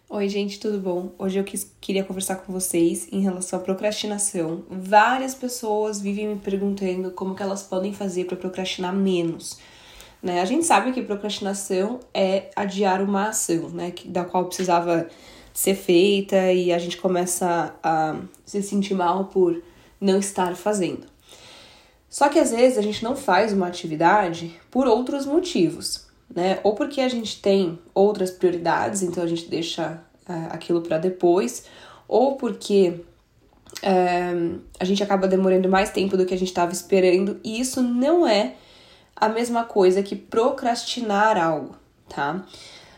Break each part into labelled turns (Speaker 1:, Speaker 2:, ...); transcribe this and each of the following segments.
Speaker 1: Oi, gente, tudo bom? Hoje eu queria conversar com vocês em relação à procrastinação. Várias pessoas vivem me perguntando como que elas podem fazer para procrastinar menos, né? A gente sabe que procrastinação é adiar uma ação, né, da qual precisava ser feita e a gente começa a se sentir mal por não estar fazendo. Só que às vezes a gente não faz uma atividade por outros motivos, né? Ou porque a gente tem outras prioridades, então a gente deixa aquilo para depois, ou porque a gente acaba demorando mais tempo do que a gente estava esperando, e isso não é a mesma coisa que procrastinar algo, tá?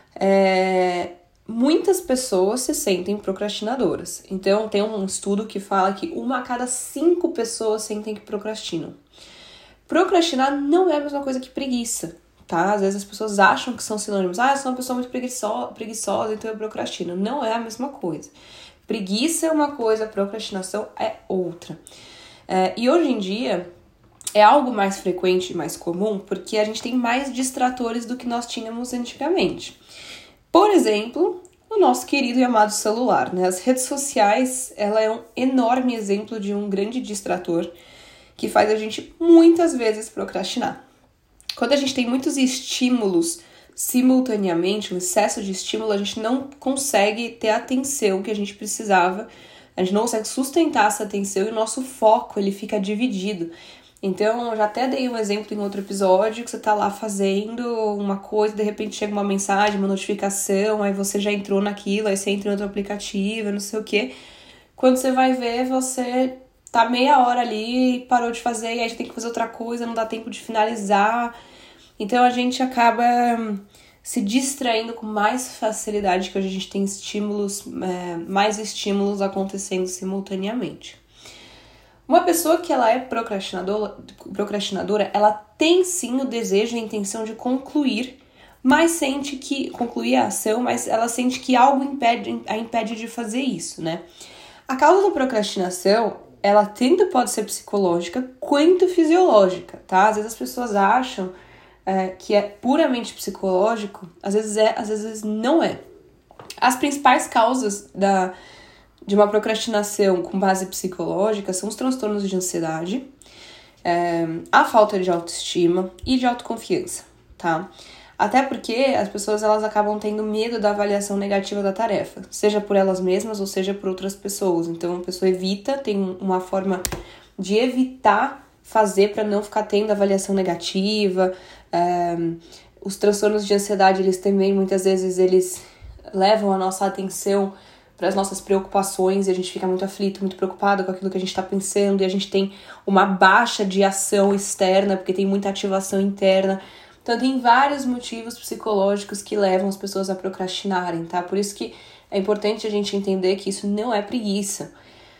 Speaker 1: Muitas pessoas se sentem procrastinadoras. Então, tem um estudo que fala que 1 a cada 5 pessoas sentem que procrastinam. Procrastinar não é a mesma coisa que preguiça, tá? Às vezes as pessoas acham que são sinônimos. Eu sou uma pessoa muito preguiçosa, então eu procrastino. Não é a mesma coisa. Preguiça é uma coisa, procrastinação é outra. E hoje em dia é algo mais frequente e mais comum porque a gente tem mais distratores do que nós tínhamos antigamente. Por exemplo, o nosso querido e amado celular, né? As redes sociais, ela é um enorme exemplo de um grande distrator que faz a gente muitas vezes procrastinar. Quando a gente tem muitos estímulos simultaneamente, um excesso de estímulo, a gente não consegue ter a atenção que a gente precisava, a gente não consegue sustentar essa atenção e o nosso foco ele fica dividido. Então, eu já até dei um exemplo em outro episódio, que você tá lá fazendo uma coisa, de repente chega uma mensagem, uma notificação, aí você já entrou naquilo, aí você entra em outro aplicativo, não sei o quê. Quando você vai ver, você tá meia hora ali e parou de fazer, e aí a gente tem que fazer outra coisa, não dá tempo de finalizar. Então, a gente acaba se distraindo com mais facilidade, que hoje a gente tem mais estímulos acontecendo simultaneamente. Uma pessoa que ela é procrastinadora, ela tem sim o desejo e a intenção de concluir, mas sente que concluir a ação, mas ela sente que algo a impede de fazer isso, né? A causa da procrastinação, ela tanto pode ser psicológica quanto fisiológica, tá? Às vezes as pessoas acham que é puramente psicológico, às vezes não é. As principais causas de uma procrastinação com base psicológica são os transtornos de ansiedade, a falta de autoestima e de autoconfiança, tá? Até porque as pessoas elas acabam tendo medo da avaliação negativa da tarefa, seja por elas mesmas ou seja por outras pessoas. Então a pessoa tem uma forma de evitar fazer para não ficar tendo avaliação negativa. Os transtornos de ansiedade, eles também muitas vezes eles levam a nossa atenção para as nossas preocupações e a gente fica muito aflito, muito preocupado com aquilo que a gente está pensando e a gente tem uma baixa de ação externa porque tem muita ativação interna. Então tem vários motivos psicológicos que levam as pessoas a procrastinarem, tá? Por isso que é importante a gente entender que isso não é preguiça.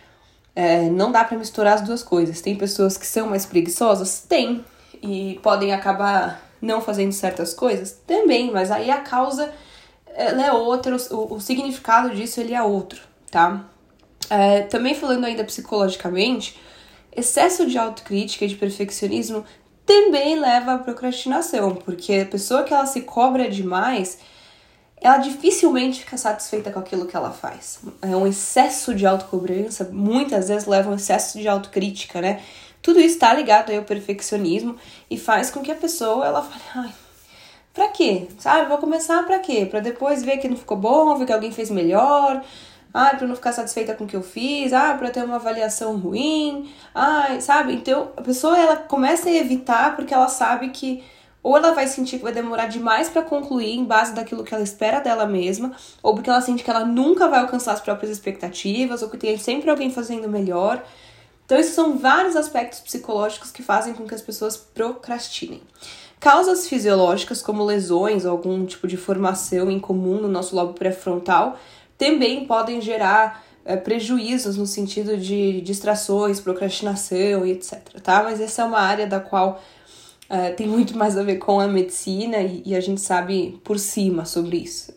Speaker 1: Não dá para misturar as duas coisas. Tem pessoas que são mais preguiçosas? Tem. E podem acabar não fazendo certas coisas? Também, mas aí a causa ela é outra, o significado disso ele é outro, tá? Também falando ainda psicologicamente, excesso de autocrítica e de perfeccionismo também leva à procrastinação, porque a pessoa que ela se cobra demais, ela dificilmente fica satisfeita com aquilo que ela faz. Um excesso de autocobrança muitas vezes leva a um excesso de autocrítica, né? Tudo isso está ligado aí ao perfeccionismo e faz com que a pessoa ela fale, pra quê? Sabe? Vou começar pra quê? Pra depois ver que não ficou bom, ver que alguém fez melhor. Pra não ficar satisfeita com o que eu fiz. Pra ter uma avaliação ruim. Sabe? Então, a pessoa, ela começa a evitar porque ela sabe que ou ela vai sentir que vai demorar demais pra concluir em base daquilo que ela espera dela mesma, ou porque ela sente que ela nunca vai alcançar as próprias expectativas, ou que tem sempre alguém fazendo melhor. Então, esses são vários aspectos psicológicos que fazem com que as pessoas procrastinem. Causas fisiológicas, como lesões ou algum tipo de formação incomum no nosso lobo pré-frontal, também podem gerar prejuízos no sentido de distrações, procrastinação e etc, tá? Mas essa é uma área da qual tem muito mais a ver com a medicina e a gente sabe por cima sobre isso.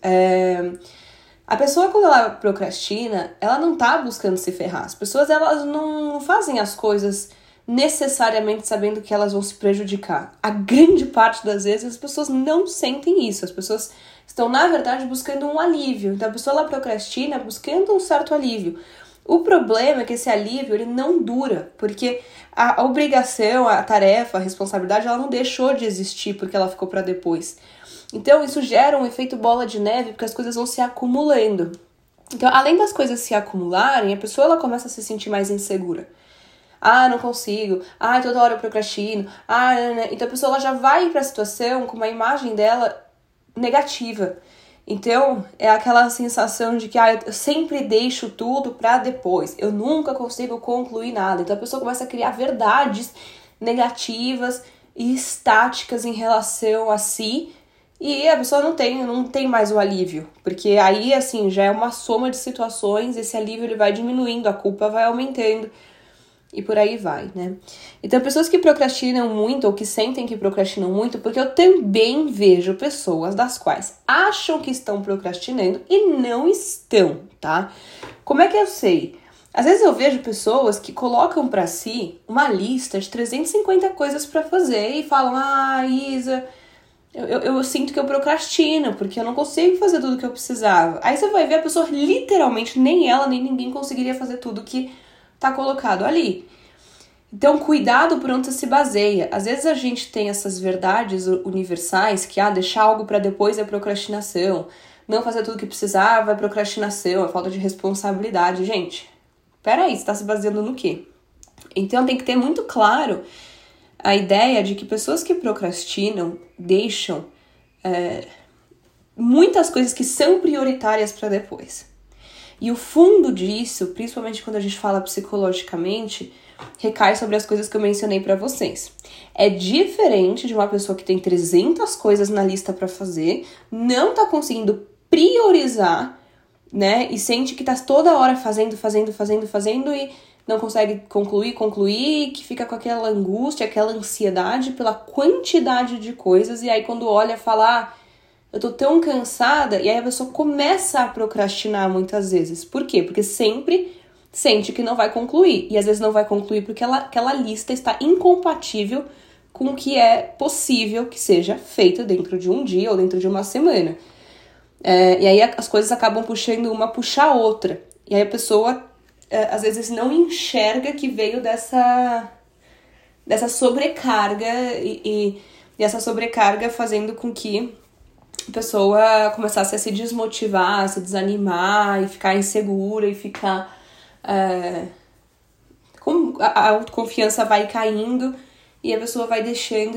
Speaker 1: A pessoa, quando ela procrastina, ela não tá buscando se ferrar. As pessoas, elas não fazem as coisas necessariamente sabendo que elas vão se prejudicar. A grande parte das vezes as pessoas não sentem isso, as pessoas estão, na verdade, buscando um alívio. Então a pessoa ela procrastina buscando um certo alívio. O problema é que esse alívio ele não dura, porque a obrigação, a tarefa, a responsabilidade, ela não deixou de existir porque ela ficou para depois. Então isso gera um efeito bola de neve, porque as coisas vão se acumulando. Então, além das coisas se acumularem, a pessoa ela começa a se sentir mais insegura. Ah, não consigo. Ah, toda hora eu procrastino. Ah, né. Então a pessoa ela já vai para a situação com uma imagem dela negativa. Então, é aquela sensação de que eu sempre deixo tudo para depois. Eu nunca consigo concluir nada. Então a pessoa começa a criar verdades negativas e estáticas em relação a si. E a pessoa não tem mais o alívio, porque aí, assim, já é uma soma de situações, esse alívio ele vai diminuindo, a culpa vai aumentando e por aí vai, né? Então, pessoas que procrastinam muito ou que sentem que procrastinam muito, porque eu também vejo pessoas das quais acham que estão procrastinando e não estão, tá? Como é que eu sei? Às vezes eu vejo pessoas que colocam pra si uma lista de 350 coisas pra fazer e falam, Isa... Eu sinto que eu procrastino, porque eu não consigo fazer tudo que eu precisava. Aí você vai ver a pessoa literalmente, nem ela, nem ninguém conseguiria fazer tudo que tá colocado ali. Então, cuidado por onde você se baseia. Às vezes a gente tem essas verdades universais que, deixar algo pra depois é procrastinação. Não fazer tudo que precisava é procrastinação, é falta de responsabilidade. Gente, peraí, você tá se baseando no quê? Então, tem que ter muito claro a ideia de que pessoas que procrastinam deixam muitas coisas que são prioritárias para depois. E o fundo disso, principalmente quando a gente fala psicologicamente, recai sobre as coisas que eu mencionei para vocês. É diferente de uma pessoa que tem 300 coisas na lista para fazer, não tá conseguindo priorizar, né? E sente que tá toda hora fazendo e não consegue concluir, que fica com aquela angústia, aquela ansiedade pela quantidade de coisas, e aí quando olha, fala, eu tô tão cansada, e aí a pessoa começa a procrastinar muitas vezes. Por quê? Porque sempre sente que não vai concluir, e às vezes não vai concluir porque aquela lista está incompatível com o que é possível que seja feito dentro de um dia ou dentro de uma semana. E aí as coisas acabam puxando uma, puxa a outra, e aí a pessoa às vezes não enxerga que veio dessa sobrecarga e essa sobrecarga fazendo com que a pessoa começasse a se desmotivar, a se desanimar e ficar insegura e ficar... a autoconfiança vai caindo e a pessoa vai deixando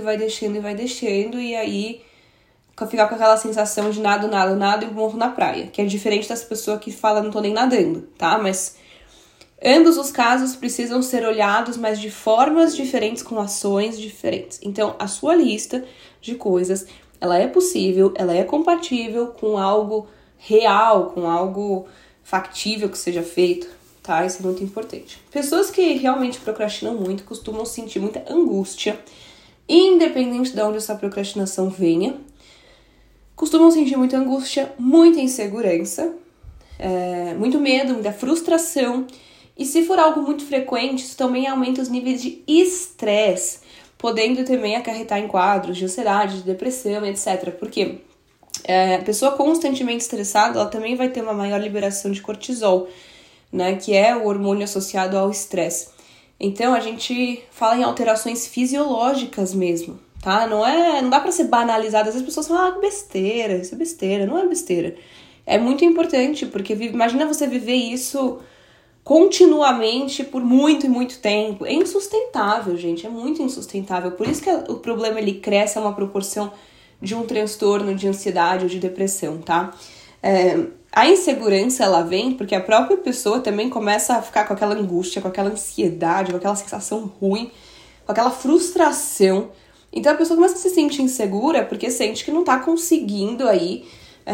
Speaker 1: e aí fica com aquela sensação de nado e morro na praia, que é diferente das pessoas que falam não tô nem nadando, tá? Mas ambos os casos precisam ser olhados, mas de formas diferentes, com ações diferentes. Então, a sua lista de coisas, ela é possível, ela é compatível com algo real, com algo factível que seja feito, tá? Isso é muito importante. Pessoas que realmente procrastinam muito costumam sentir muita angústia, independente de onde essa procrastinação venha. Costumam sentir muita angústia, muita insegurança, muito medo, muita frustração. E se for algo muito frequente, isso também aumenta os níveis de estresse, podendo também acarretar em quadros de ansiedade, de depressão, etc. Porque a pessoa constantemente estressada, ela também vai ter uma maior liberação de cortisol, né, que é o hormônio associado ao estresse. Então, a gente fala em alterações fisiológicas mesmo, tá? Não dá pra ser banalizado. Às vezes as pessoas falam, besteira, isso é besteira. Não é besteira. É muito importante, porque imagina você viver isso continuamente por muito e muito tempo. É insustentável, gente, é muito insustentável. Por isso que o problema ele cresce a uma proporção de um transtorno de ansiedade ou de depressão, tá? A insegurança, ela vem porque a própria pessoa também começa a ficar com aquela angústia, com aquela ansiedade, com aquela sensação ruim, com aquela frustração. Então a pessoa começa a se sentir insegura porque sente que não tá conseguindo aí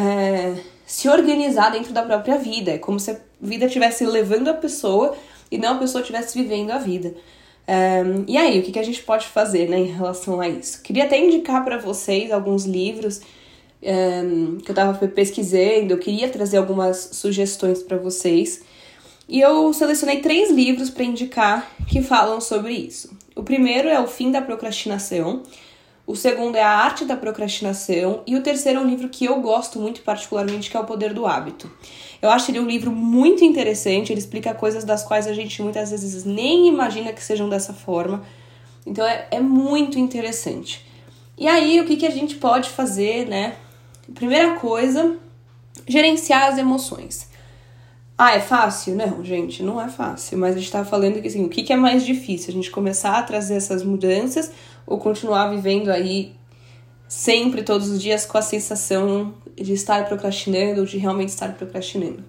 Speaker 1: se organizar dentro da própria vida. É como se a vida estivesse levando a pessoa e não a pessoa estivesse vivendo a vida. E aí, o que a gente pode fazer, né, em relação a isso? Queria até indicar para vocês alguns livros que eu tava pesquisando. Eu queria trazer algumas sugestões para vocês. E eu selecionei 3 livros para indicar que falam sobre isso. O primeiro é O Fim da Procrastinação, o segundo é A Arte da Procrastinação e o terceiro é um livro que eu gosto muito particularmente, que é O Poder do Hábito. Eu acho ele um livro muito interessante, ele explica coisas das quais a gente muitas vezes nem imagina que sejam dessa forma, então é muito interessante. E aí, o que a gente pode fazer, né? Primeira coisa, gerenciar as emoções. Ah, é fácil? Não, gente, não é fácil, mas a gente tá falando que assim, o que é mais difícil? A gente começar a trazer essas mudanças ou continuar vivendo aí sempre, todos os dias, com a sensação de estar procrastinando ou de realmente estar procrastinando?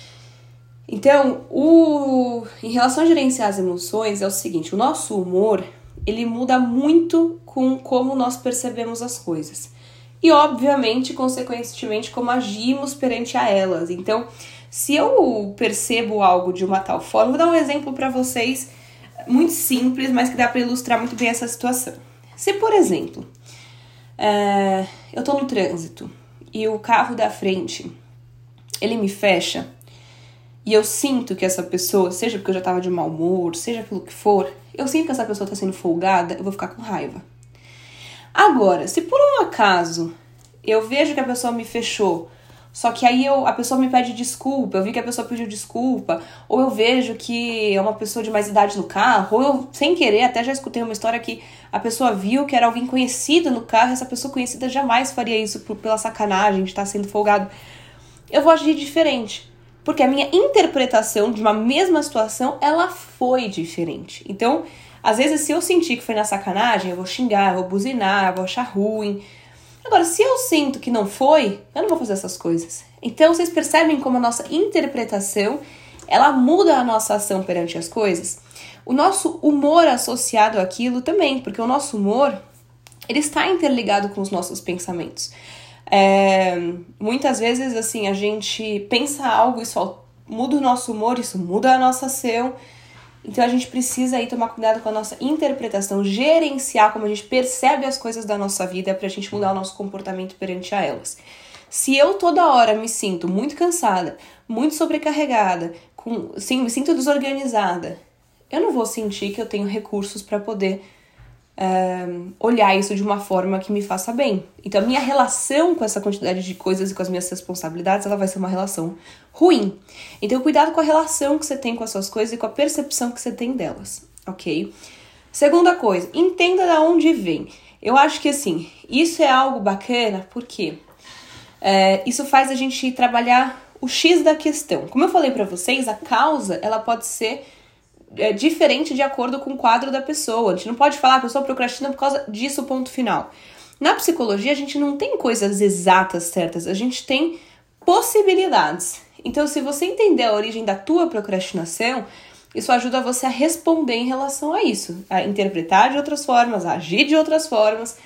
Speaker 1: Então, em relação a gerenciar as emoções, é o seguinte, o nosso humor, ele muda muito com como nós percebemos as coisas. E, obviamente, consequentemente, como agimos perante a elas. Então, se eu percebo algo de uma tal forma, vou dar um exemplo para vocês muito simples, mas que dá para ilustrar muito bem essa situação. Se, por exemplo, eu tô no trânsito e o carro da frente, ele me fecha e eu sinto que essa pessoa, seja porque eu já tava de mau humor, seja pelo que for, eu sinto que essa pessoa tá sendo folgada, eu vou ficar com raiva. Agora, se por um acaso eu vejo que a pessoa me fechou, só que aí a pessoa me pede desculpa, eu vi que a pessoa pediu desculpa, ou eu vejo que é uma pessoa de mais idade no carro, ou eu, sem querer, até já escutei uma história que a pessoa viu que era alguém conhecido no carro, essa pessoa conhecida jamais faria isso pela sacanagem de estar sendo folgado. Eu vou agir diferente, porque a minha interpretação de uma mesma situação, ela foi diferente. Então, às vezes, se eu sentir que foi na sacanagem, eu vou xingar, eu vou buzinar, eu vou achar ruim. Agora, se eu sinto que não foi, eu não vou fazer essas coisas. Então, vocês percebem como a nossa interpretação, ela muda a nossa ação perante as coisas? O nosso humor associado àquilo também, porque o nosso humor, ele está interligado com os nossos pensamentos. Muitas vezes, assim, a gente pensa algo, isso muda o nosso humor, isso muda a nossa ação. Então, a gente precisa aí tomar cuidado com a nossa interpretação, gerenciar como a gente percebe as coisas da nossa vida pra gente mudar o nosso comportamento perante a elas. Se eu toda hora me sinto muito cansada, muito sobrecarregada, me sinto desorganizada, eu não vou sentir que eu tenho recursos para poder olhar isso de uma forma que me faça bem. Então, a minha relação com essa quantidade de coisas e com as minhas responsabilidades, ela vai ser uma relação ruim. Então, cuidado com a relação que você tem com as suas coisas e com a percepção que você tem delas, ok? Segunda coisa, entenda de onde vem. Eu acho que, assim, isso é algo bacana, porque isso faz a gente trabalhar o X da questão. Como eu falei pra vocês, a causa, ela pode ser diferente de acordo com o quadro da pessoa. A gente não pode falar que a pessoa procrastina por causa disso, ponto final. Na psicologia, a gente não tem coisas exatas, certas. A gente tem possibilidades. Então, se você entender a origem da tua procrastinação, isso ajuda você a responder em relação a isso. A interpretar de outras formas, a agir de outras formas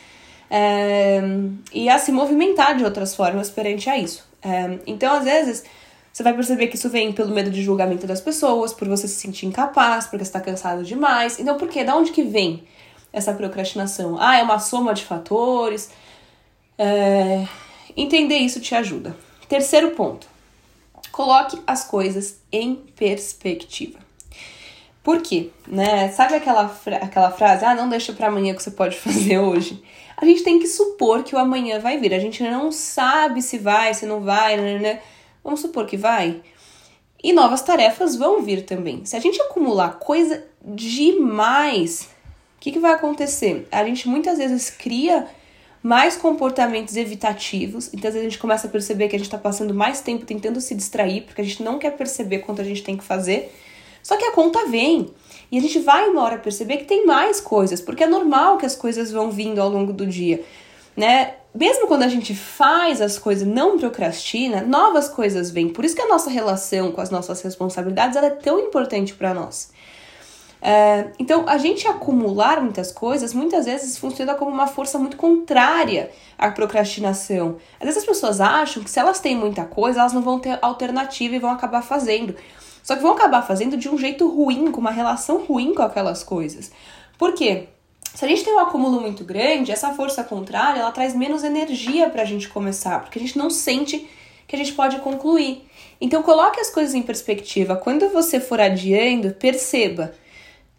Speaker 1: e a se movimentar de outras formas perante a isso. Então, às vezes, você vai perceber que isso vem pelo medo de julgamento das pessoas, por você se sentir incapaz, porque você está cansado demais. Então, por quê? Da onde que vem essa procrastinação? É uma soma de fatores. Entender isso te ajuda. Terceiro ponto. Coloque as coisas em perspectiva. Por quê? Sabe aquela frase, não deixa para amanhã o que você pode fazer hoje? A gente tem que supor que o amanhã vai vir. A gente não sabe se vai, se não vai, né? Vamos supor que vai. E novas tarefas vão vir também. Se a gente acumular coisa demais, o que vai acontecer? A gente muitas vezes cria mais comportamentos evitativos. Então, às vezes a gente começa a perceber que a gente está passando mais tempo tentando se distrair, porque a gente não quer perceber quanto a gente tem que fazer. Só que a conta vem. E a gente vai uma hora perceber que tem mais coisas, porque é normal que as coisas vão vindo ao longo do dia, né? Mesmo quando a gente faz as coisas, não procrastina, novas coisas vêm. Por isso que a nossa relação com as nossas responsabilidades ela é tão importante para nós. Então, a gente acumular muitas coisas, muitas vezes funciona como uma força muito contrária à procrastinação. Às vezes as pessoas acham que se elas têm muita coisa, elas não vão ter alternativa e vão acabar fazendo. Só que vão acabar fazendo de um jeito ruim, com uma relação ruim com aquelas coisas. Por quê? Se a gente tem um acúmulo muito grande, essa força contrária, ela traz menos energia pra gente começar, porque a gente não sente que a gente pode concluir. Então, coloque as coisas em perspectiva. Quando você for adiando, perceba.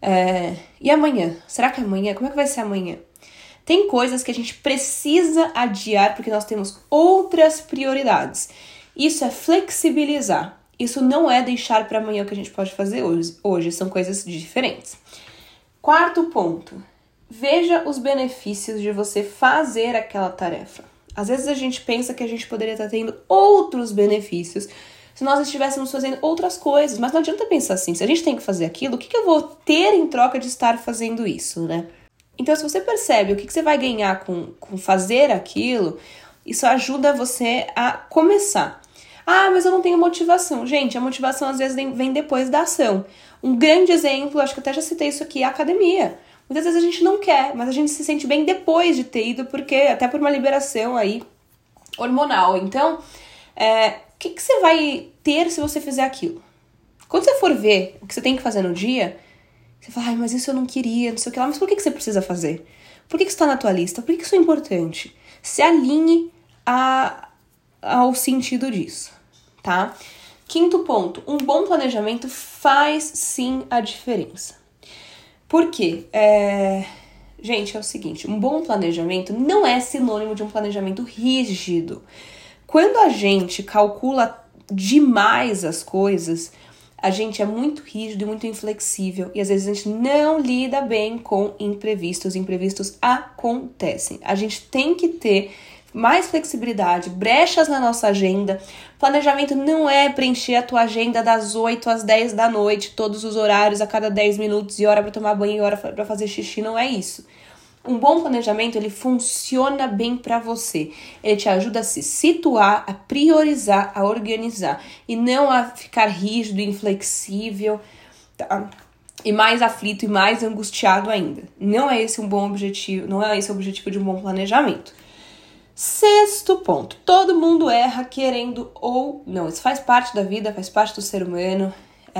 Speaker 1: E amanhã? Será que amanhã? Como é que vai ser amanhã? Tem coisas que a gente precisa adiar porque nós temos outras prioridades. Isso é flexibilizar. Isso não é deixar para amanhã o que a gente pode fazer hoje. São coisas diferentes. Quarto ponto. Veja os benefícios de você fazer aquela tarefa. Às vezes a gente pensa que a gente poderia estar tendo outros benefícios se nós estivéssemos fazendo outras coisas. Mas não adianta pensar assim. Se a gente tem que fazer aquilo, o que eu vou ter em troca de estar fazendo isso, né? Então, se você percebe o que você vai ganhar com fazer aquilo, isso ajuda você a começar. Ah, mas eu não tenho motivação. Gente, a motivação às vezes vem depois da ação. Um grande exemplo, acho que eu até já citei isso aqui, é a academia. Muitas vezes a gente não quer, mas a gente se sente bem depois de ter ido, porque até por uma liberação aí hormonal. Então, o que você vai ter se você fizer aquilo? Quando você for ver o que você tem que fazer no dia, você fala, mas isso eu não queria, não sei o que lá. Mas por que você precisa fazer? Por que isso está na tua lista? Por que isso é importante? Se alinhe ao sentido disso, tá? Quinto ponto, um bom planejamento faz sim a diferença. Por quê? Gente, é o seguinte, um bom planejamento não é sinônimo de um planejamento rígido. Quando a gente calcula demais as coisas, a gente é muito rígido e muito inflexível e às vezes a gente não lida bem com imprevistos. Imprevistos acontecem. A gente tem que ter mais flexibilidade, brechas na nossa agenda. Planejamento não é preencher a tua agenda das 8 às 10 da noite, todos os horários, a cada 10 minutos, e hora para tomar banho e hora para fazer xixi, não é isso. Um bom planejamento, ele funciona bem para você. Ele te ajuda a se situar, a priorizar, a organizar. E não a ficar rígido, inflexível, tá? E mais aflito e mais angustiado ainda. Não é esse um bom objetivo, não é esse o objetivo de um bom planejamento. Sexto ponto. Todo mundo erra querendo ou não. Isso faz parte da vida, faz parte do ser humano.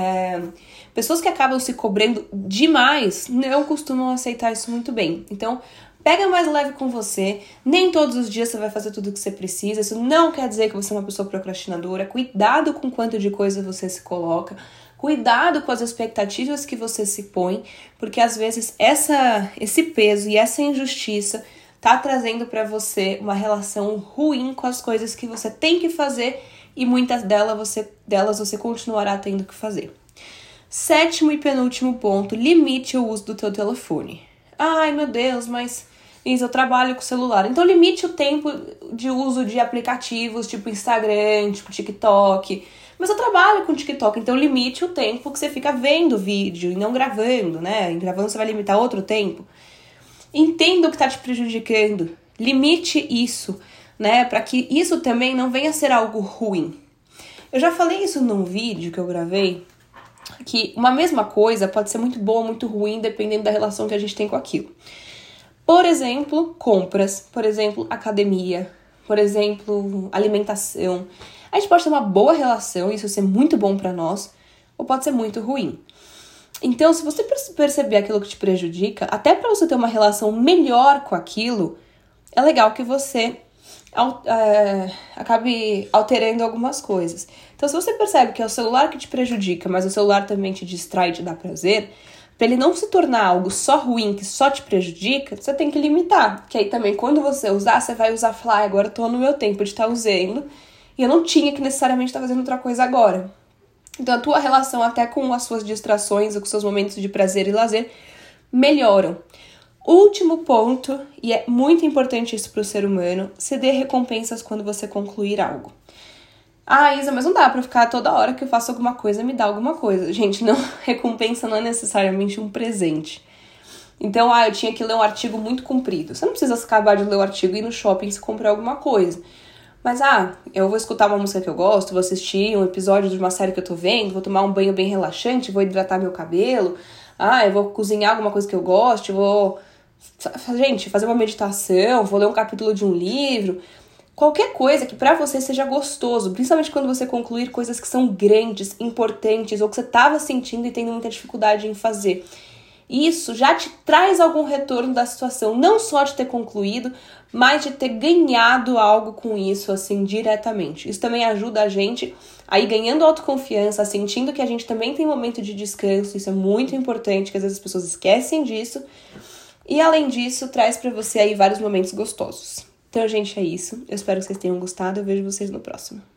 Speaker 1: Pessoas que acabam se cobrando demais não costumam aceitar isso muito bem. Então, pega mais leve com você. Nem todos os dias você vai fazer tudo o que você precisa. Isso não quer dizer que você é uma pessoa procrastinadora. Cuidado com quanto de coisa você se coloca. Cuidado com as expectativas que você se põe. Porque às vezes esse peso e essa injustiça tá trazendo para você uma relação ruim com as coisas que você tem que fazer. E muitas delas você continuará tendo que fazer. Sétimo e penúltimo ponto, limite o uso do teu telefone. Ai, meu Deus, mas eu trabalho com celular. Então limite o tempo de uso de aplicativos, tipo Instagram, tipo TikTok. Mas eu trabalho com TikTok, então limite o tempo que você fica vendo vídeo e não gravando, né? Gravando você vai limitar outro tempo. Entenda o que está te prejudicando. Limite isso, né? Para que isso também não venha a ser algo ruim. Eu já falei isso num vídeo que eu gravei, que uma mesma coisa pode ser muito boa ou muito ruim, dependendo da relação que a gente tem com aquilo. Por exemplo, compras, por exemplo, academia, por exemplo, alimentação. A gente pode ter uma boa relação, isso ser muito bom para nós, ou pode ser muito ruim. Então, se você perceber aquilo que te prejudica, até para você ter uma relação melhor com aquilo, é legal que você acabe alterando algumas coisas. Então, se você percebe que é o celular que te prejudica, mas o celular também te distrai e te dá prazer, para ele não se tornar algo só ruim, que só te prejudica, você tem que limitar. Que aí também, quando você usar, você vai usar, falar, agora eu tô no meu tempo de estar usando, e eu não tinha que necessariamente estar fazendo outra coisa agora. Então, a tua relação até com as suas distrações, ou com seus momentos de prazer e lazer, melhoram. Último ponto, e é muito importante isso para o ser humano, se dê recompensas quando você concluir algo. Ah, Isa, mas não dá para ficar toda hora que eu faço alguma coisa, me dá alguma coisa. Gente, não, recompensa não é necessariamente um presente. Então, eu tinha que ler um artigo muito comprido. Você não precisa acabar de ler o artigo e ir no shopping se comprar alguma coisa. Mas, eu vou escutar uma música que eu gosto, vou assistir um episódio de uma série que eu tô vendo, vou tomar um banho bem relaxante, vou hidratar meu cabelo, eu vou cozinhar alguma coisa que eu gosto, vou fazer uma meditação, vou ler um capítulo de um livro, qualquer coisa que pra você seja gostoso, principalmente quando você concluir coisas que são grandes, importantes, ou que você tava sentindo e tendo muita dificuldade em fazer. isso já te traz algum retorno da situação, não só de ter concluído, mas de ter ganhado algo com isso, assim, diretamente. Isso também ajuda a gente a ir ganhando autoconfiança, sentindo que a gente também tem momento de descanso, isso é muito importante, que às vezes as pessoas esquecem disso. E além disso, traz pra você aí vários momentos gostosos. Então, gente, é isso. Eu espero que vocês tenham gostado, eu vejo vocês no próximo.